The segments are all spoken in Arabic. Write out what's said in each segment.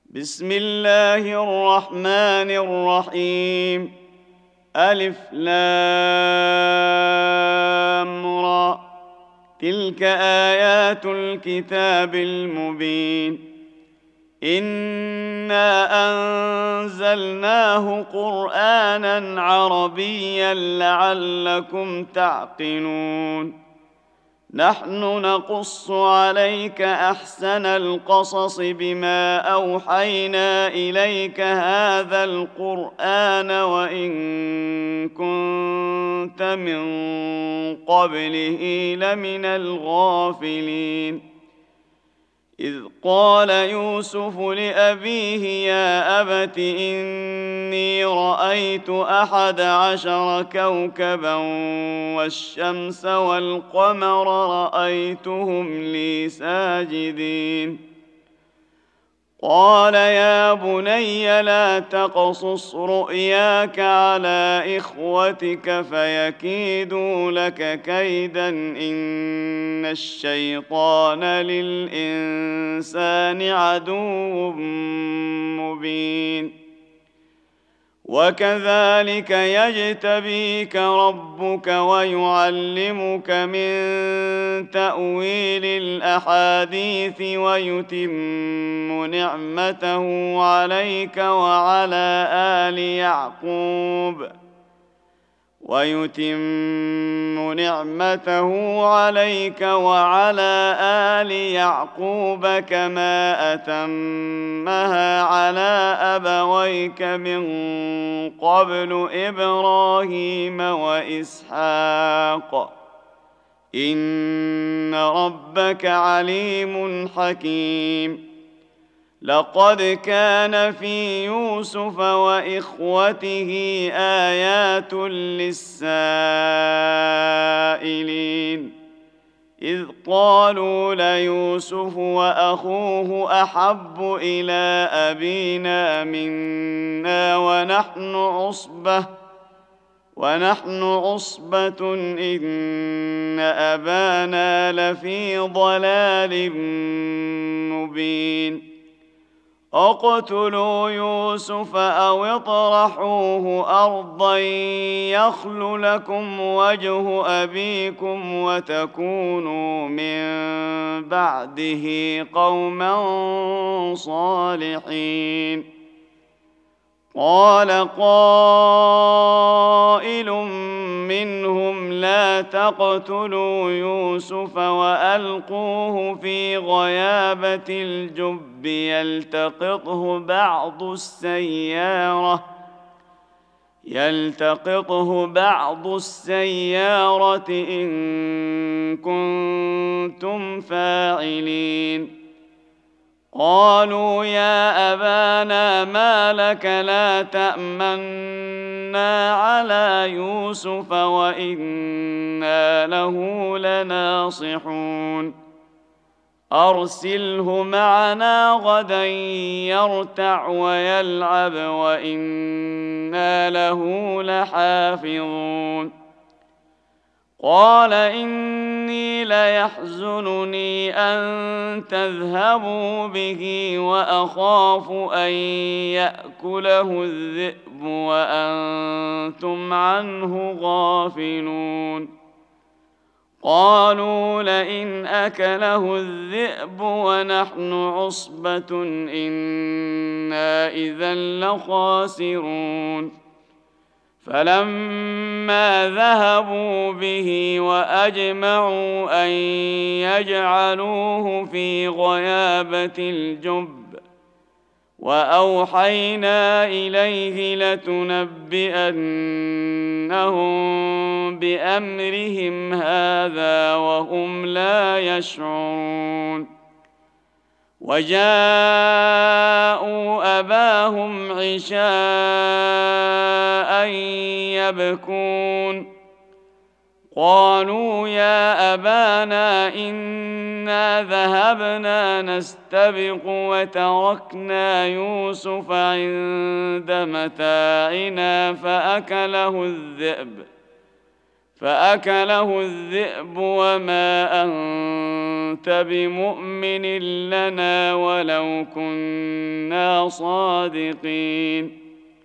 بسم الله الرحمن الرحيم. ألف لام را، تلك آيات الكتاب المبين. إنا أنزلناه قرآنا عربيا لعلكم تعقلون. نحن نقص عليك أحسن القصص بما أوحينا إليك هذا القرآن وإن كنت من قبله لمن الغافلين. إذ قال يوسف لأبيه يا أبت إني رأيت 11 كوكبا والشمس والقمر رأيتهم لي ساجدين. قال يا بني لا تقصص رؤياك على إخوتك فيكيدوا لك كيدا إن الشيطان للإنسان عدو مبين. وكذلك يجتبيك ربك ويعلمك من تأويل الأحاديث ويتم نعمته عليك وعلى آل يعقوب كما أتمها على أبويك من قبل إبراهيم وإسحاق إن ربك عليم حكيم. لقد كان في يوسف وإخوته آيات للسائلين إذ قالوا ليوسف وأخوه أحب إلى أبينا منا ونحن عصبة إن أبانا لفي ضلال مبين. اقتلوا يوسف أو اطرحوه أرضا يخل لكم وجه أبيكم وتكونوا من بعده قوما صالحين. قال قائل منهم لا تقتلوا يوسف وألقوه في غيابة الجب يلتقطه بعض السيارة إن كنتم فاعلين. قالوا يا أبانا ما لك لا تأمنا على يوسف وإنا له لناصحون. أرسله معنا غدا يرتع ويلعب وإنا له لحافظون. قال إني ليحزنني أن تذهبوا به وأخاف أن يأكله الذئب وأنتم عنه غافلون. قالوا لئن أكله الذئب ونحن عصبة إنا إذا لخاسرون. فلما ذهبوا به وأجمعوا أن يجعلوه في غيابة الجب وأوحينا إليه لتنبئنهم بأمرهم هذا وهم لا يشعرون. وجاءوا أباهم عشاء يبكون. قالوا يا أبانا إنا ذهبنا نستبق وتركنا يوسف عند متاعنا فأكله الذئب وما أنت بمؤمن لنا ولو كنا صادقين.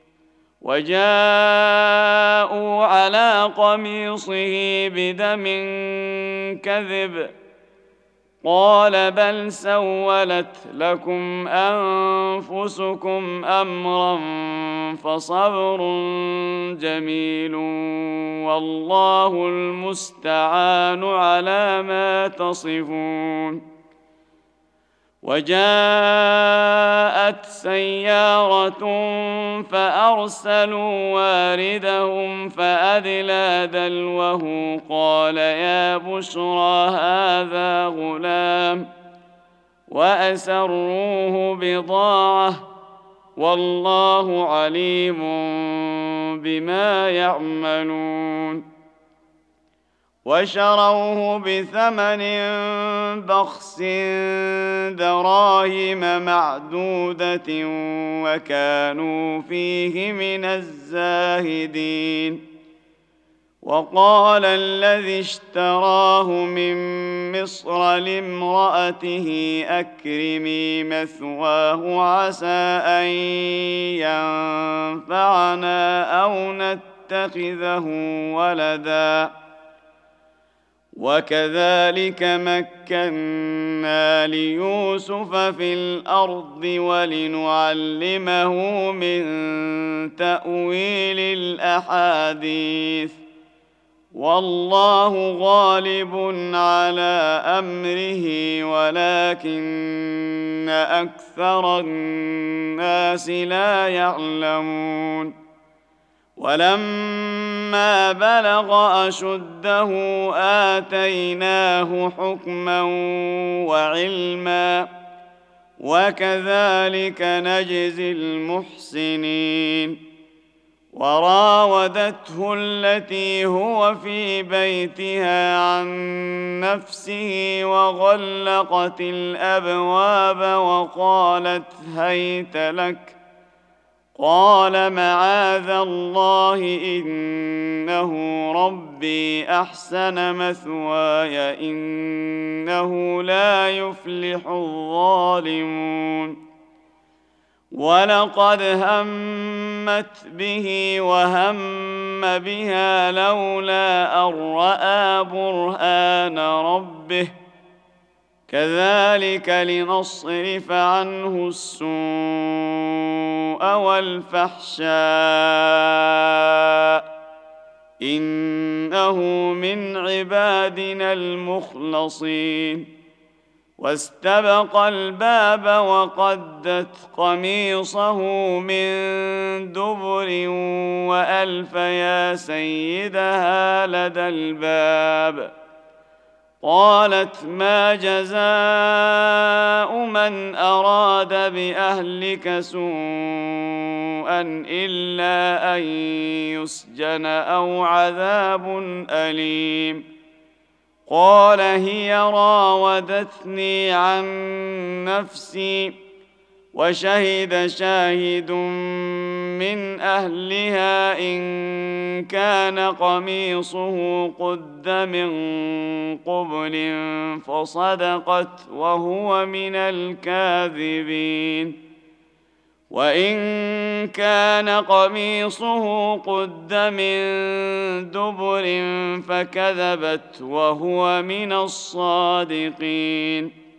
وجاءوا على قميصه بدم كذب قال بل سولت لكم أنفسكم أمرا فصبر جميل والله المستعان على ما تصفون. وجاءت سيارة فأرسلوا واردهم فأدلى دلوه قال يا بشرى هذا غلام وأسروه بضاعة والله عليم بما يعملون. وشروه بثمن بخس دراهم معدودة وكانوا فيه من الزاهدين. وقال الذي اشتراه من مصر لامرأته أكرمي مثواه عسى أن ينفعنا أو نتخذه ولدا وكذلك مكنا ليوسف في الأرض ولنعلمه من تأويل الأحاديث والله غالب على أمره ولكن أكثر الناس لا يعلمون. ولما بلغ أشده آتيناه حكما وعلما وكذلك نجزي المحسنين. وراودته التي هو في بيتها عن نفسه وغلقت الأبواب وقالت هيت لك قال معاذ الله إنه ربي أحسن مثواي إنه لا يفلح الظالمون. ولقد همت به وهم بها لولا أن رأى برهان ربه كذلك لنصرف عنه السوء والفحشاء إنه من عبادنا المخلصين. واستبق الباب وقدت قميصه من دبر وألف يا سيدها لدى الباب قالت ما جزاء من أراد بأهلك سوءا إلا أن يسجن أو عذاب أليم. قال هي راودتني عن نفسي وشهد شاهد من أهلها إن كان قميصه قد من قبل فصدقت وهو من الكاذبين. وإن كان قميصه قد من دبر فكذبت وهو من الصادقين.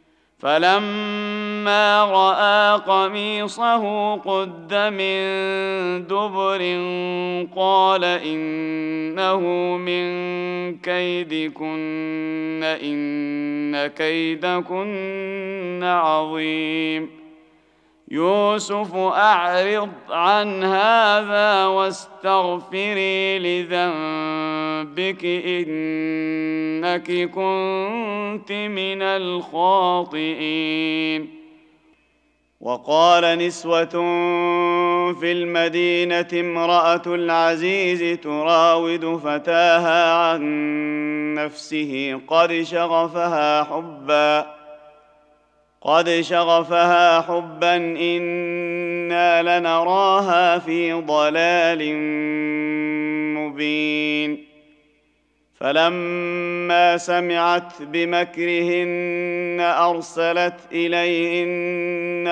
فلما رأى قميصه قد من دبر قال إنه من كيدكن إن كيدكن عظيم. يوسف أعرض عن هذا واستغفري لذنبك إنك كنت من الخاطئين. وقال نسوة في المدينة امرأة العزيز تراود فتاها عن نفسه قد شغفها حبا إنا لنراها في ضلال مبين. فلما سمعت بمكرهن أرسلت إليهن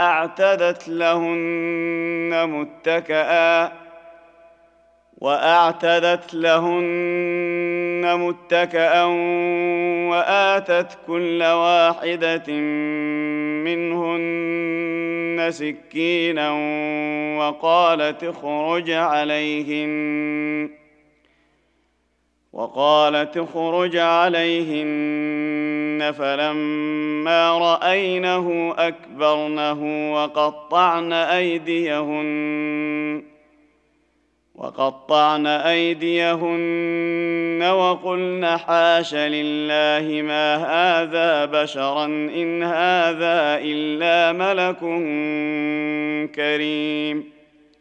وأعتدت لهن متكأ وآتت كل واحدة منهن سكينا وقالت اخرج عليهن فلما رأينه أكبرنه وقطعن أيديهن وقلن حاش لله ما هذا بشرا إن هذا إلا ملك كريم.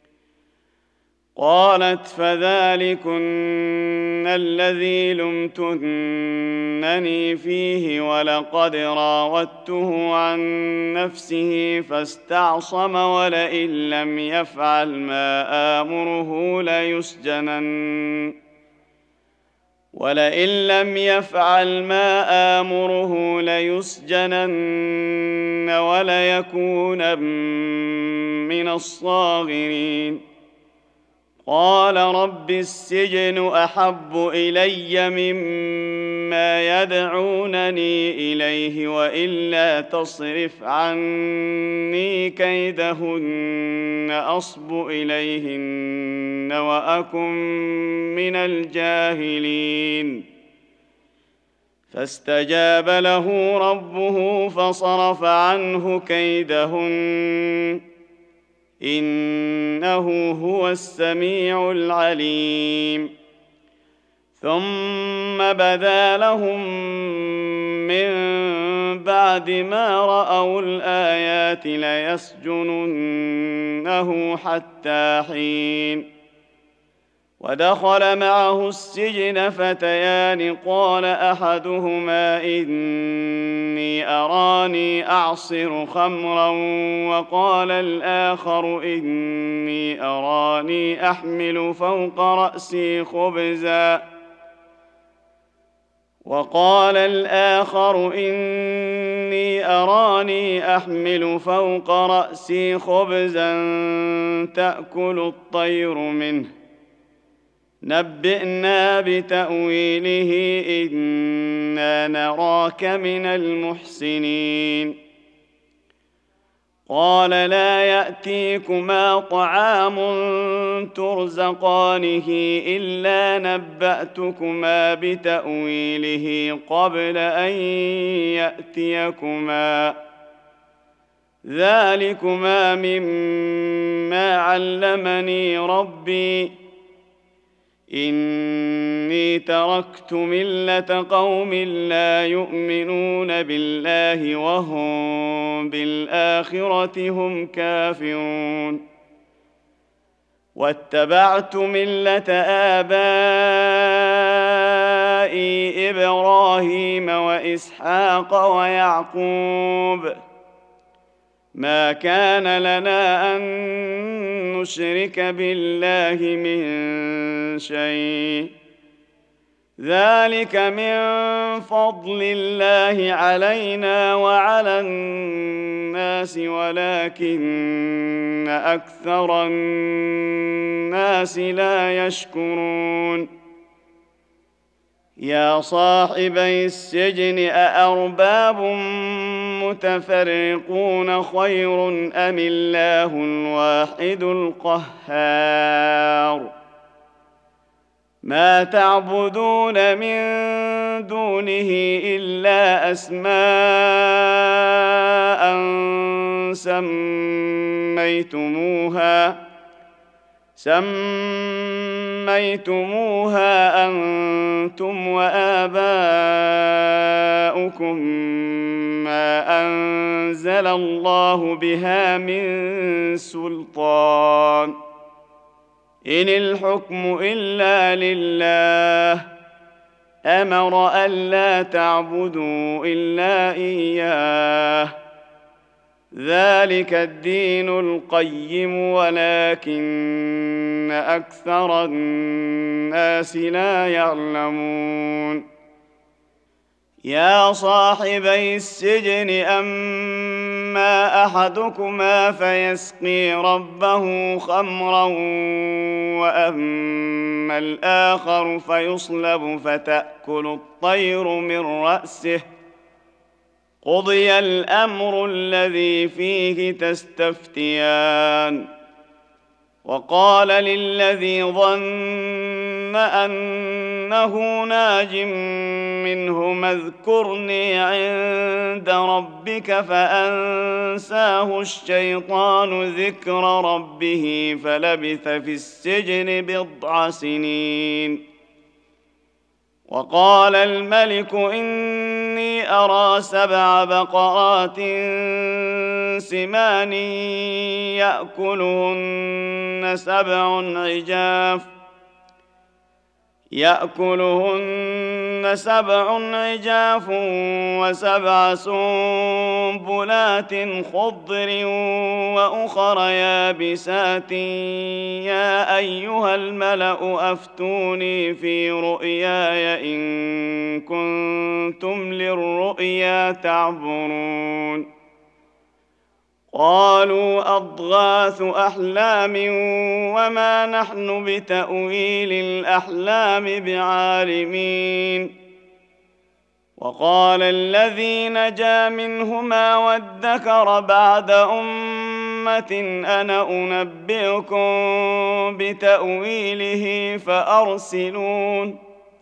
قالت فذلكن الذي لمتنني فيه ولقد راودته عن نفسه فاستعصم ولئن لم يفعل ما آمره ليسجنن وليكون من الصاغرين. قال رب السجن أحب إلي مما يدعونني إليه وإلا تصرف عني كيدهن أصب إليهن وأكن من الجاهلين. فاستجاب له ربه فصرف عنه كيدهن إنه هو السميع العليم. ثم بدا لهم من بعد ما رأوا الآيات ليسجننه حتى حين. ودخل معه السجن فتيان قال أحدهما إني أراني أعصر خمرا وقال الآخر إني أراني أحمل فوق رأسي خبزا تأكل الطير منه نبئنا بتأويله إنا نراك من المحسنين. قال لا يأتيكما طعام ترزقانه إلا نبأتكما بتأويله قبل أن يأتيكما ذلكما مما علمني ربي إني تركت ملة قوم لا يؤمنون بالله وهم بالآخرة هم كافرون واتبعت ملة آبائي إبراهيم وإسحاق ويعقوب ما كان لنا أن نشرك بالله من شيء ذلك من فضل الله علينا وعلى الناس ولكن أكثر الناس لا يشكرون. يا صاحبي السجن أأرباب متفرقون خير أم الله الواحد القهار. ما تعبدون من دونه إلا أسماء سميتموها أنتم وآباؤكم ما أنزل الله بها من سلطان إن الحكم إلا لله أمر ألا تعبدوا إلا إياه ذلك الدين القيم ولكن أكثر الناس لا يعلمون. يا صاحبي السجن أما أحدكما فيسقي ربه خمرا وأما الآخر فيصلب فتأكل الطير من رأسه قضي الأمر الذي فيه تستفتيان. وقال للذي ظن أنه ناج منهما اذكرني عند ربك فأنساه الشيطان ذكر ربه فلبث في السجن بضع سنين. وقال الملك إني أرى 7 بقرات سمان يأكلهن 7 عجاف و7 سنبلات خضر وأخر يابسات يا أيها الملأ أفتوني في رؤياي إن كنتم للرؤيا تعبرون. قالوا أضغاث أحلام وما نحن بتأويل الأحلام بعالمين. وقال الذي نجا منهما وادكر بعد أمة أنا أنبئكم بتأويله فأرسلون.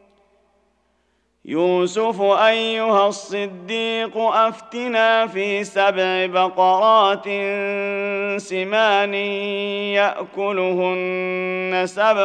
يوسف أيها الصديق أفتنا في 7 بقرات سمان يأكلهن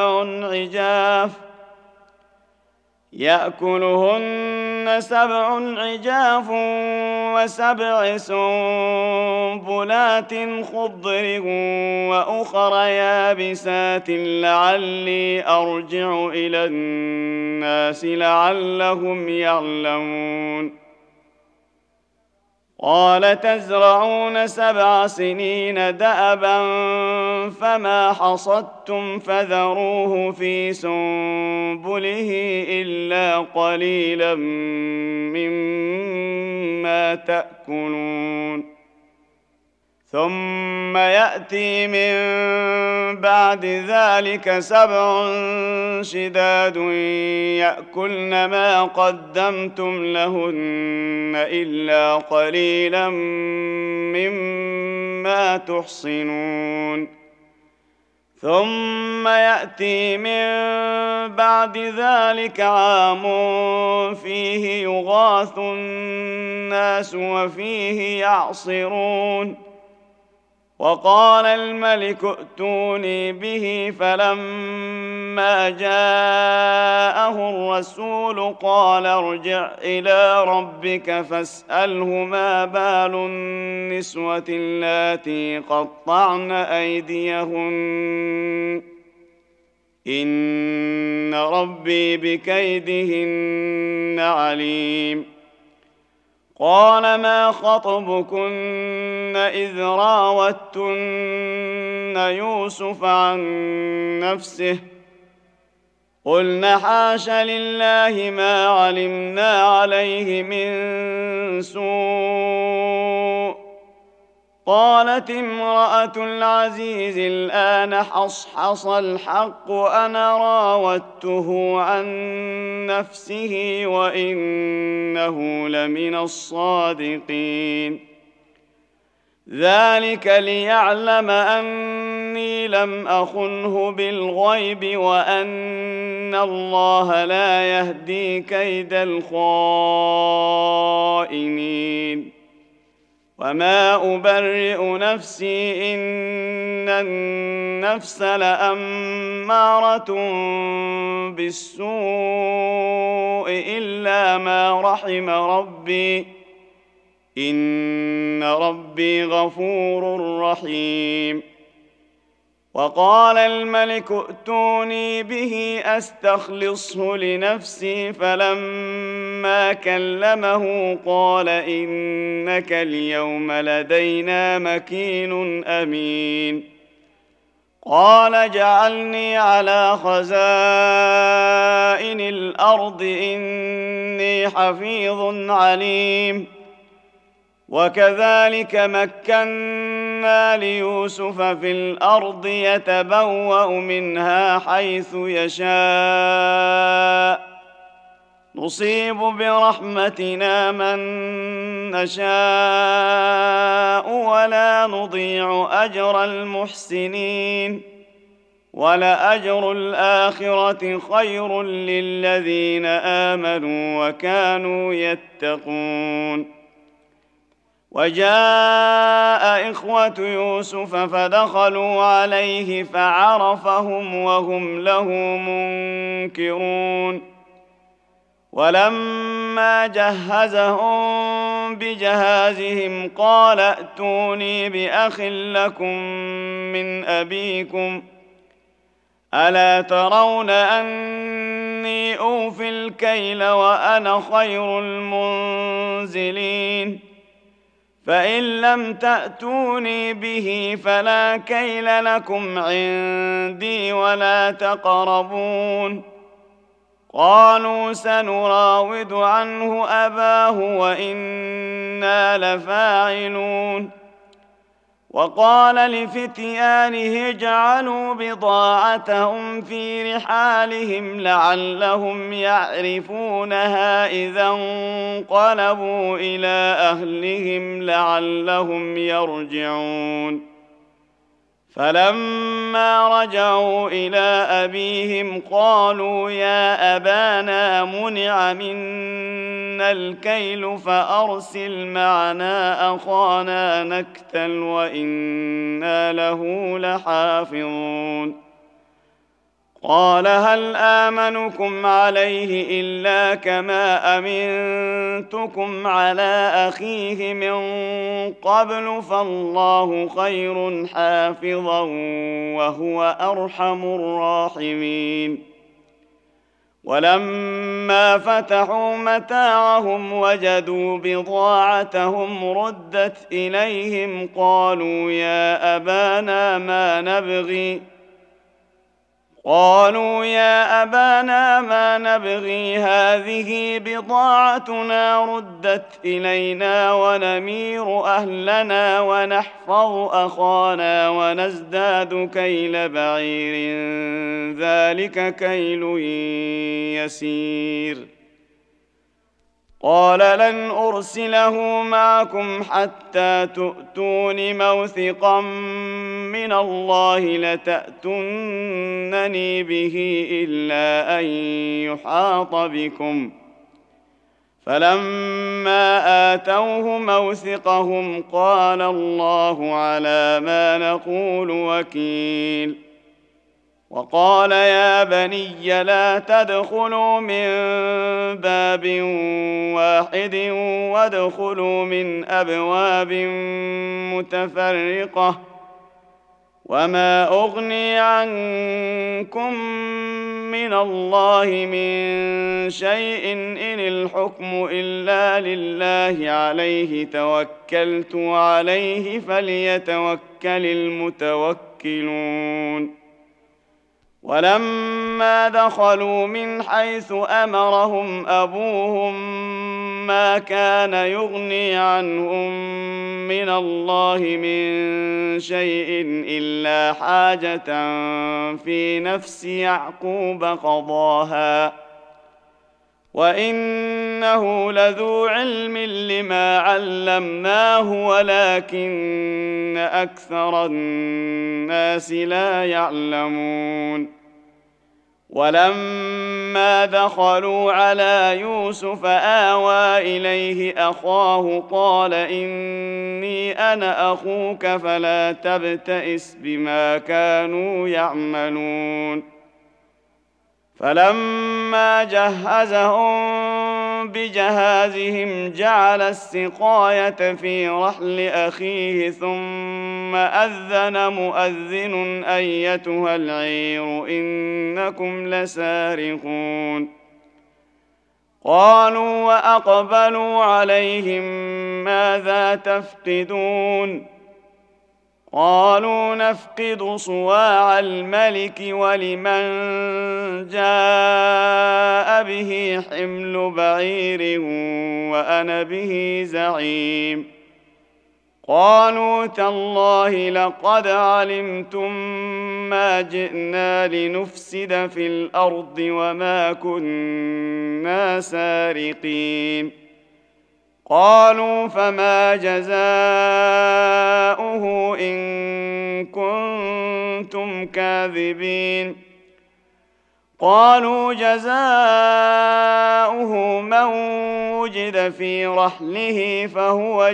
7 عجاف و7 سنبلات خضر وأخر يابسات لعلي أرجع إلى الناس لعلهم يعلمون. قال تزرعون 7 سنين دأبا فما حصدتم فذروه في سنبله إلا قليلا مما تأكلون. ثم يأتي من بعد ذلك 7 شداد يأكلن ما قدمتم لهن إلا قليلا مما تحصنون. ثم يأتي من بعد ذلك عام فيه يغاث الناس وفيه يعصرون. وقال الملك ائتوني به فلما جاءه الرسول قال ارجع إلى ربك فاسأله ما بال النسوة اللاتي قطعن أيديهن إن ربي بكيدهن عليم. قال ما خطبكن إذ راوتن يوسف عن نفسه قلن حاش لله ما علمنا عليه من سوء. قالت امرأة العزيز الآن حصحص الحق أنا راودته عن نفسه وإنه لمن الصادقين. ذلك ليعلم أني لم أخنه بالغيب وأن الله لا يهدي كيد الخائنين. وما أبرئ نفسي إن النفس لأمارة بالسوء إلا ما رحم ربي إن ربي غفور رحيم. وقال الملك ائتوني به أستخلصه لنفسي، فلما كلمه قال إنك اليوم لدينا مكين أمين. قال اجعلني على خزائن الأرض إني حفيظ عليم. وكذلك مكنا ليوسف في الأرض يتبوأ منها حيث يشاء، نصيب برحمتنا من نشاء ولا نضيع أجر المحسنين، ولأجر الآخرة خير للذين آمنوا وكانوا يتقون. وجاء إخوة يوسف فدخلوا عليه فعرفهم وهم له منكرون. ولما جهزهم بجهازهم قال ائتوني بأخ لكم من أبيكم، ألا ترون أني أوفي الكيل وأنا خير المنزلين؟ فإن لم تأتوني به فلا كيل لكم عندي ولا تقربون. قالوا سنراود عنه أباه وإنا لفاعلون. وقال لفتيانه اجعلوا بضاعتهم في رحالهم لعلهم يعرفونها إذا انقلبوا إلى أهلهم لعلهم يرجعون. فلما رجعوا إلى أبيهم قالوا يا أبانا منع منا الكيل فأرسل معنا أخانا نكتل وإنا له لحافظون. قال هل آمنكم عليه إلا كما أمنتكم على أخيه من قبل فالله خير حافظا وهو أرحم الراحمين. ولما فتحوا متاعهم وجدوا بضاعتهم ردت إليهم قالوا يا أبانا ما نبغي هذه بضاعتنا ردت إلينا ونمير أهلنا ونحفظ أخانا ونزداد كيل بعير ذلك كيل يسير. قال لن أرسله معكم حتى تؤتون موثقا من الله لتأتونني به إلا أن يحاط بكم. فلما آتوه موثقهم قال الله على ما نقول وكيل. وقال يا بني لا تدخلوا من باب واحد وادخلوا من أبواب متفرقة وما أغني عنكم من الله من شيء إن الحكم إلا لله عليه توكلت وعليه فليتوكل المتوكلون. ولما دخلوا من حيث أمرهم أبوهم ما كان يغني عنهم من الله من شيء إلا حاجة في نفس يعقوب قضاها وإنه لذو علم لما علمناه ولكن أكثر الناس لا يعلمون. ولما دخلوا على يوسف آوى إليه أخاه قال إني أنا أخوك فلا تبتئس بما كانوا يعملون. فلما جهزهم بجهازهم جعل السقاية في رحل أخيه ثم ثم أذن مؤذن أيتها العير إنكم لسارقون قالوا وأقبلوا عليهم ماذا تفقدون قالوا نفقد صواع الملك ولمن جاء به حمل بعير وأنا به زعيم قالوا تالله لقد علمتم ما جئنا لنفسد في الأرض وما كنا سارقين قالوا فما جزاؤه إن كنتم كاذبين قالوا جزاؤه من وجد في رحله فهو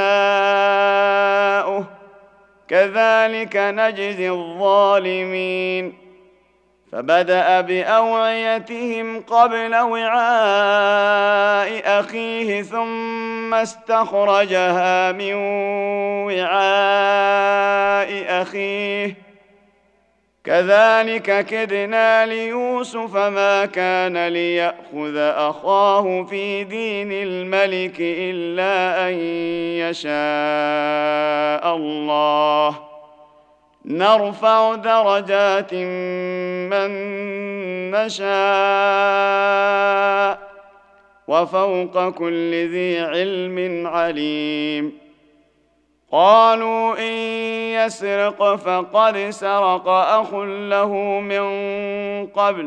جزاؤه كذلك نجزي الظالمين فبدأ بأوعيتهم قبل وعاء أخيه ثم استخرجها من وعاء أخيه كذلك كدنا ليوسف ما كان ليأخذ أخاه في دين الملك إلا أن يشاء الله نرفع درجات من نشاء وفوق كل ذي علم عليم قالوا إن يسرق فقد سرق أخ له من قبل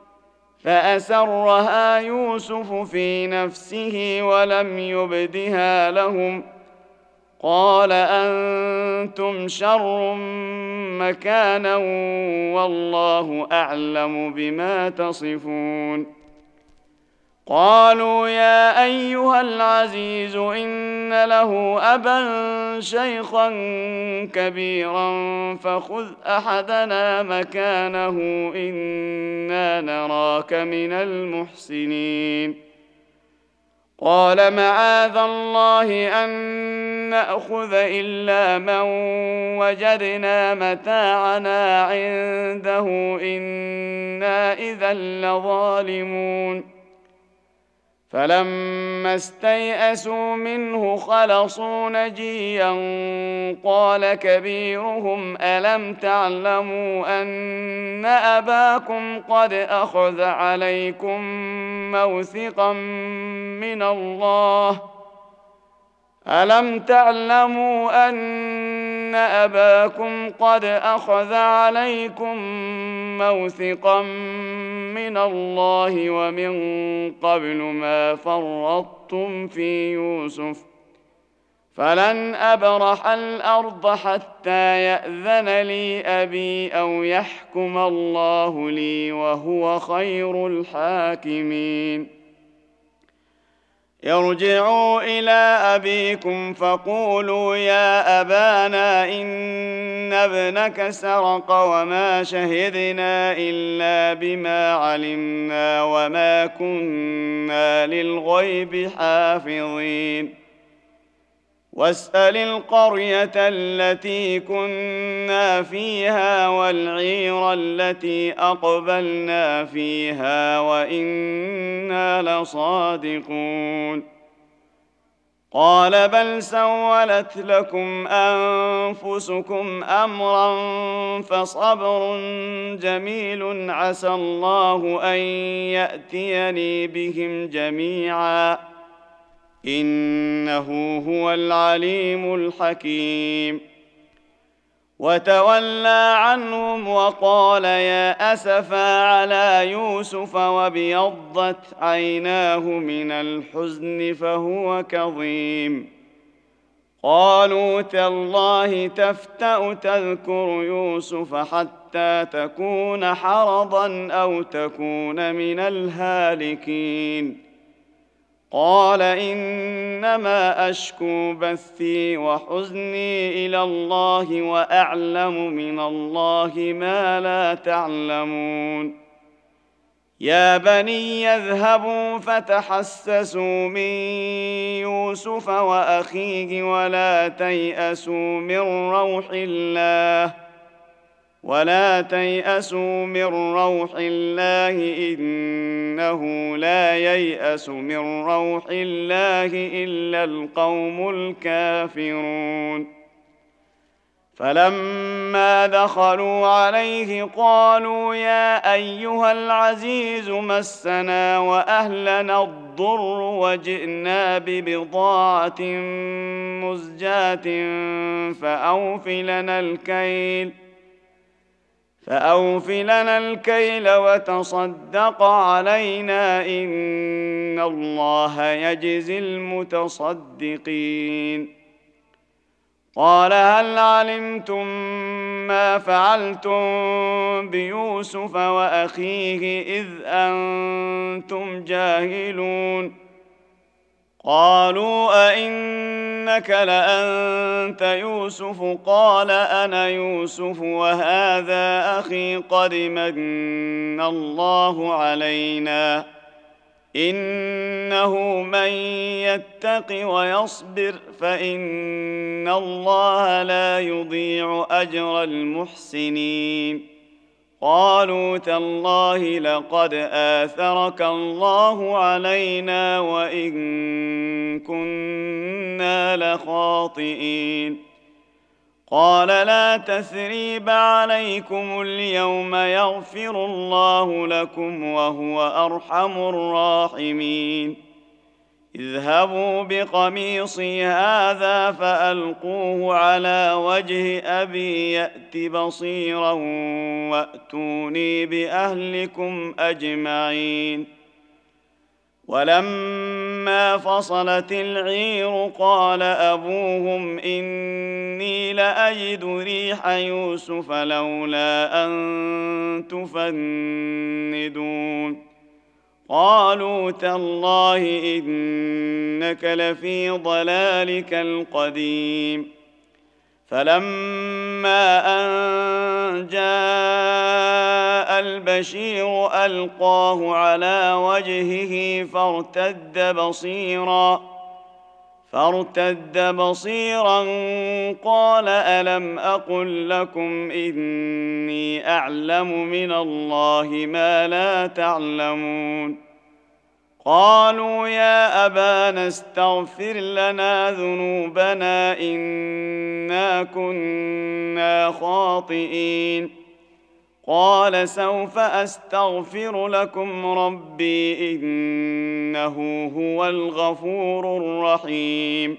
فأسرها يوسف في نفسه ولم يبدها لهم قال أنتم شر مكانا والله أعلم بما تصفون قالوا يا أيها العزيز إن له أبا شيخا كبيرا فخذ أحدنا مكانه إنا نراك من المحسنين قال معاذ الله أن نأخذ إلا من وجدنا متاعنا عنده إنا إذا لظالمون فلما استيئسوا منه خلصوا نجيا قال كبيرهم ألم تعلموا أن أباكم قد أخذ عليكم موثقا من الله ألم تعلموا أن أباكم قد أخذ عليكم موثقا من الله ومن قبل ما فرطتم في يوسف فلن أبرح الأرض حتى يأذن لي أبي أو يحكم الله لي وهو خير الحاكمين ارجعوا إلى أبيكم فقولوا يا أبانا إن ابنك سرق وما شهدنا إلا بما علمنا وما كنا للغيب حافظين واسأل القرية التي كنا فيها والعير التي أقبلنا فيها وإنا لصادقون قال بل سولت لكم أنفسكم أمرا فصبر جميل عسى الله أن يأتيني بهم جميعا إنه هو العليم الحكيم وتولى عنهم وقال يا أسفا على يوسف وابيضت عيناه من الحزن فهو كظيم قالوا تالله تفتأ تذكر يوسف حتى تكون حرضا أو تكون من الهالكين قال إنما أشكو بثي وحزني إلى الله وأعلم من الله ما لا تعلمون يا بني اذهبوا فتحسسوا من يوسف وأخيه ولا تيأسوا من روح الله إنه لا ييأس من روح الله إلا القوم الكافرون. فلما دخلوا عليه قالوا يا أيها العزيز مسنا وأهلنا الضر وجئنا ببضاعة مزجاة فأوف لنا الكيل وتصدق علينا إن الله يجزي المتصدقين. قال هل علمتم ما فعلتم بيوسف وأخيه إذ أنتم جاهلون؟ قالوا أئنك لأنت يوسف قال أنا يوسف وهذا أخي قد من الله علينا إنه من يتق ويصبر فإن الله لا يضيع أجر المحسنين. قالوا تالله لقد آثرك الله علينا وإن كنا لخاطئين. قال لا تثريب عليكم اليوم يغفر الله لكم وهو أرحم الراحمين. اذهبوا بقميصي هذا فألقوه على وجه أبي يأت بصيرا وأتوني بأهلكم أجمعين. ولما فصلت العير قال أبوهم إني لأجد ريح يوسف لولا أن تفندون. قالوا تالله إنك لفي ضلالك القديم. فلما أن جاء البشير ألقاه على وجهه فارتد بصيرا قال ألم أقل لكم إني أعلم من الله ما لا تعلمون. قالوا يا أبانا استغفر لنا ذنوبنا إنا كنا خاطئين. قال سوف أستغفر لكم ربي إنه هو الغفور الرحيم.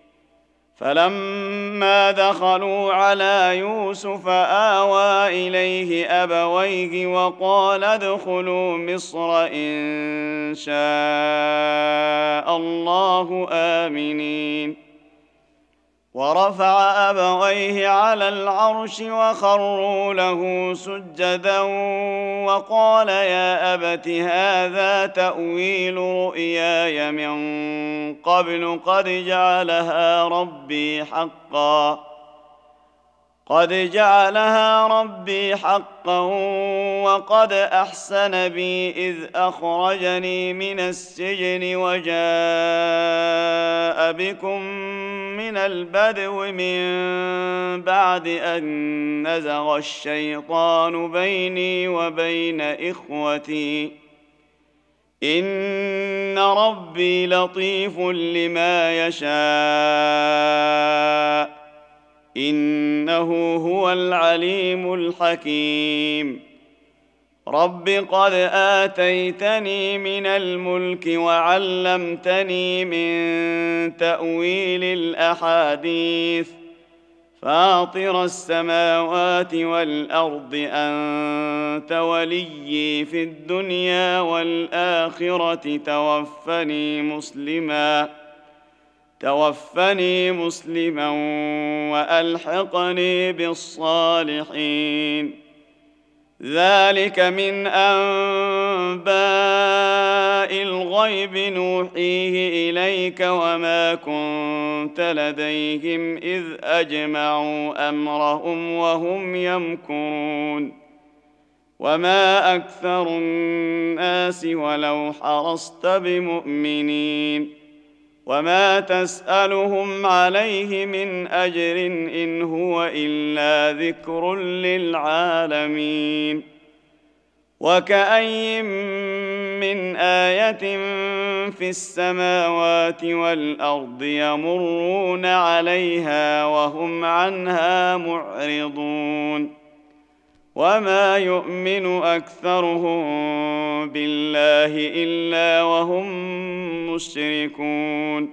فلما دخلوا على يوسف آوى إليه أبويه وقال ادخلوا مصر إن شاء الله آمنين. ورفع أبويه على العرش وخروا له سجدا وقال يا أبت هذا تأويل رؤياي من قبل قد جعلها ربي حقا وقد أحسن بي إذ أخرجني من السجن وجاء بكم من البدو من بعد أن نزغ الشيطان بيني وبين إخوتي إن ربي لطيف لما يشاء إنه هو العليم الحكيم. رب قد آتيتني من الملك وعلمتني من تأويل الأحاديث فاطر السماوات والأرض أنت وليي في الدنيا والآخرة توفني مسلما وألحقني بالصالحين. ذلك من أنباء الغيب نوحيه إليك وما كنت لديهم إذ أجمعوا أمرهم وهم يمكرون. وما أكثر الناس ولو حرصت بمؤمنين وما تسألهم عليه من أجر إن هو إلا ذكر للعالمين وكأي من آية في السماوات والأرض يمرون عليها وهم عنها معرضون وما يؤمن أكثرهم بالله إلا وهم مشركون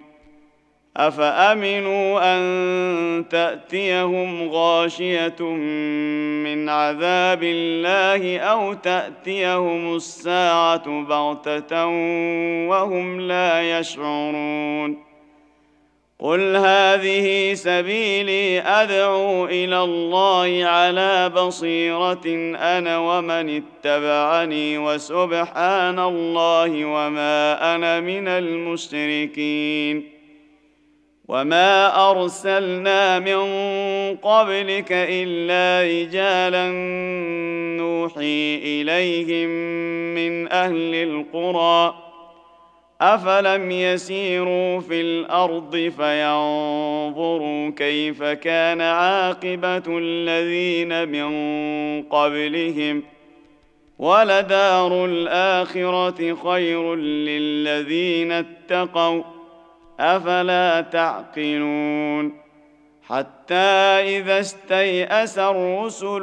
أفأمنوا أن تأتيهم غاشية من عذاب الله أو تأتيهم الساعة بغتة وهم لا يشعرون قل هذه سبيلي أدعو إلى الله على بصيرة أنا ومن اتبعني وسبحان الله وما أنا من المشركين وما أرسلنا من قبلك إلا رجالا نوحي إليهم من أهل القرى أفلم يسيروا في الأرض فينظروا كيف كان عاقبة الذين من قبلهم ولدار الآخرة خير للذين اتقوا أفلا تعقلون حتى إذا استيأس الرسل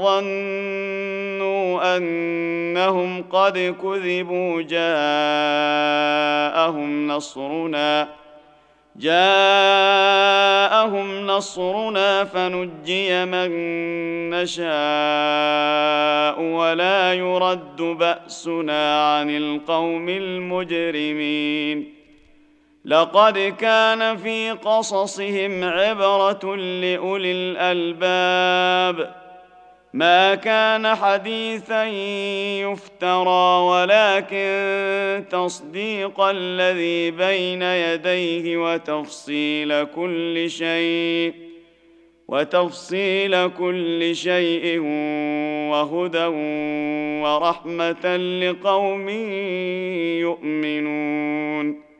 وظنوا أنهم قد كذبوا جاءهم نصرنا فنجي من نشاء ولا يرد بأسنا عن القوم المجرمين لقد كان في قصصهم عبرة لأولي الألباب ما كان حديثا يفترى ولكن تصديق الذي بين يديه وتفصيل كل شيء وهدى ورحمة لقوم يؤمنون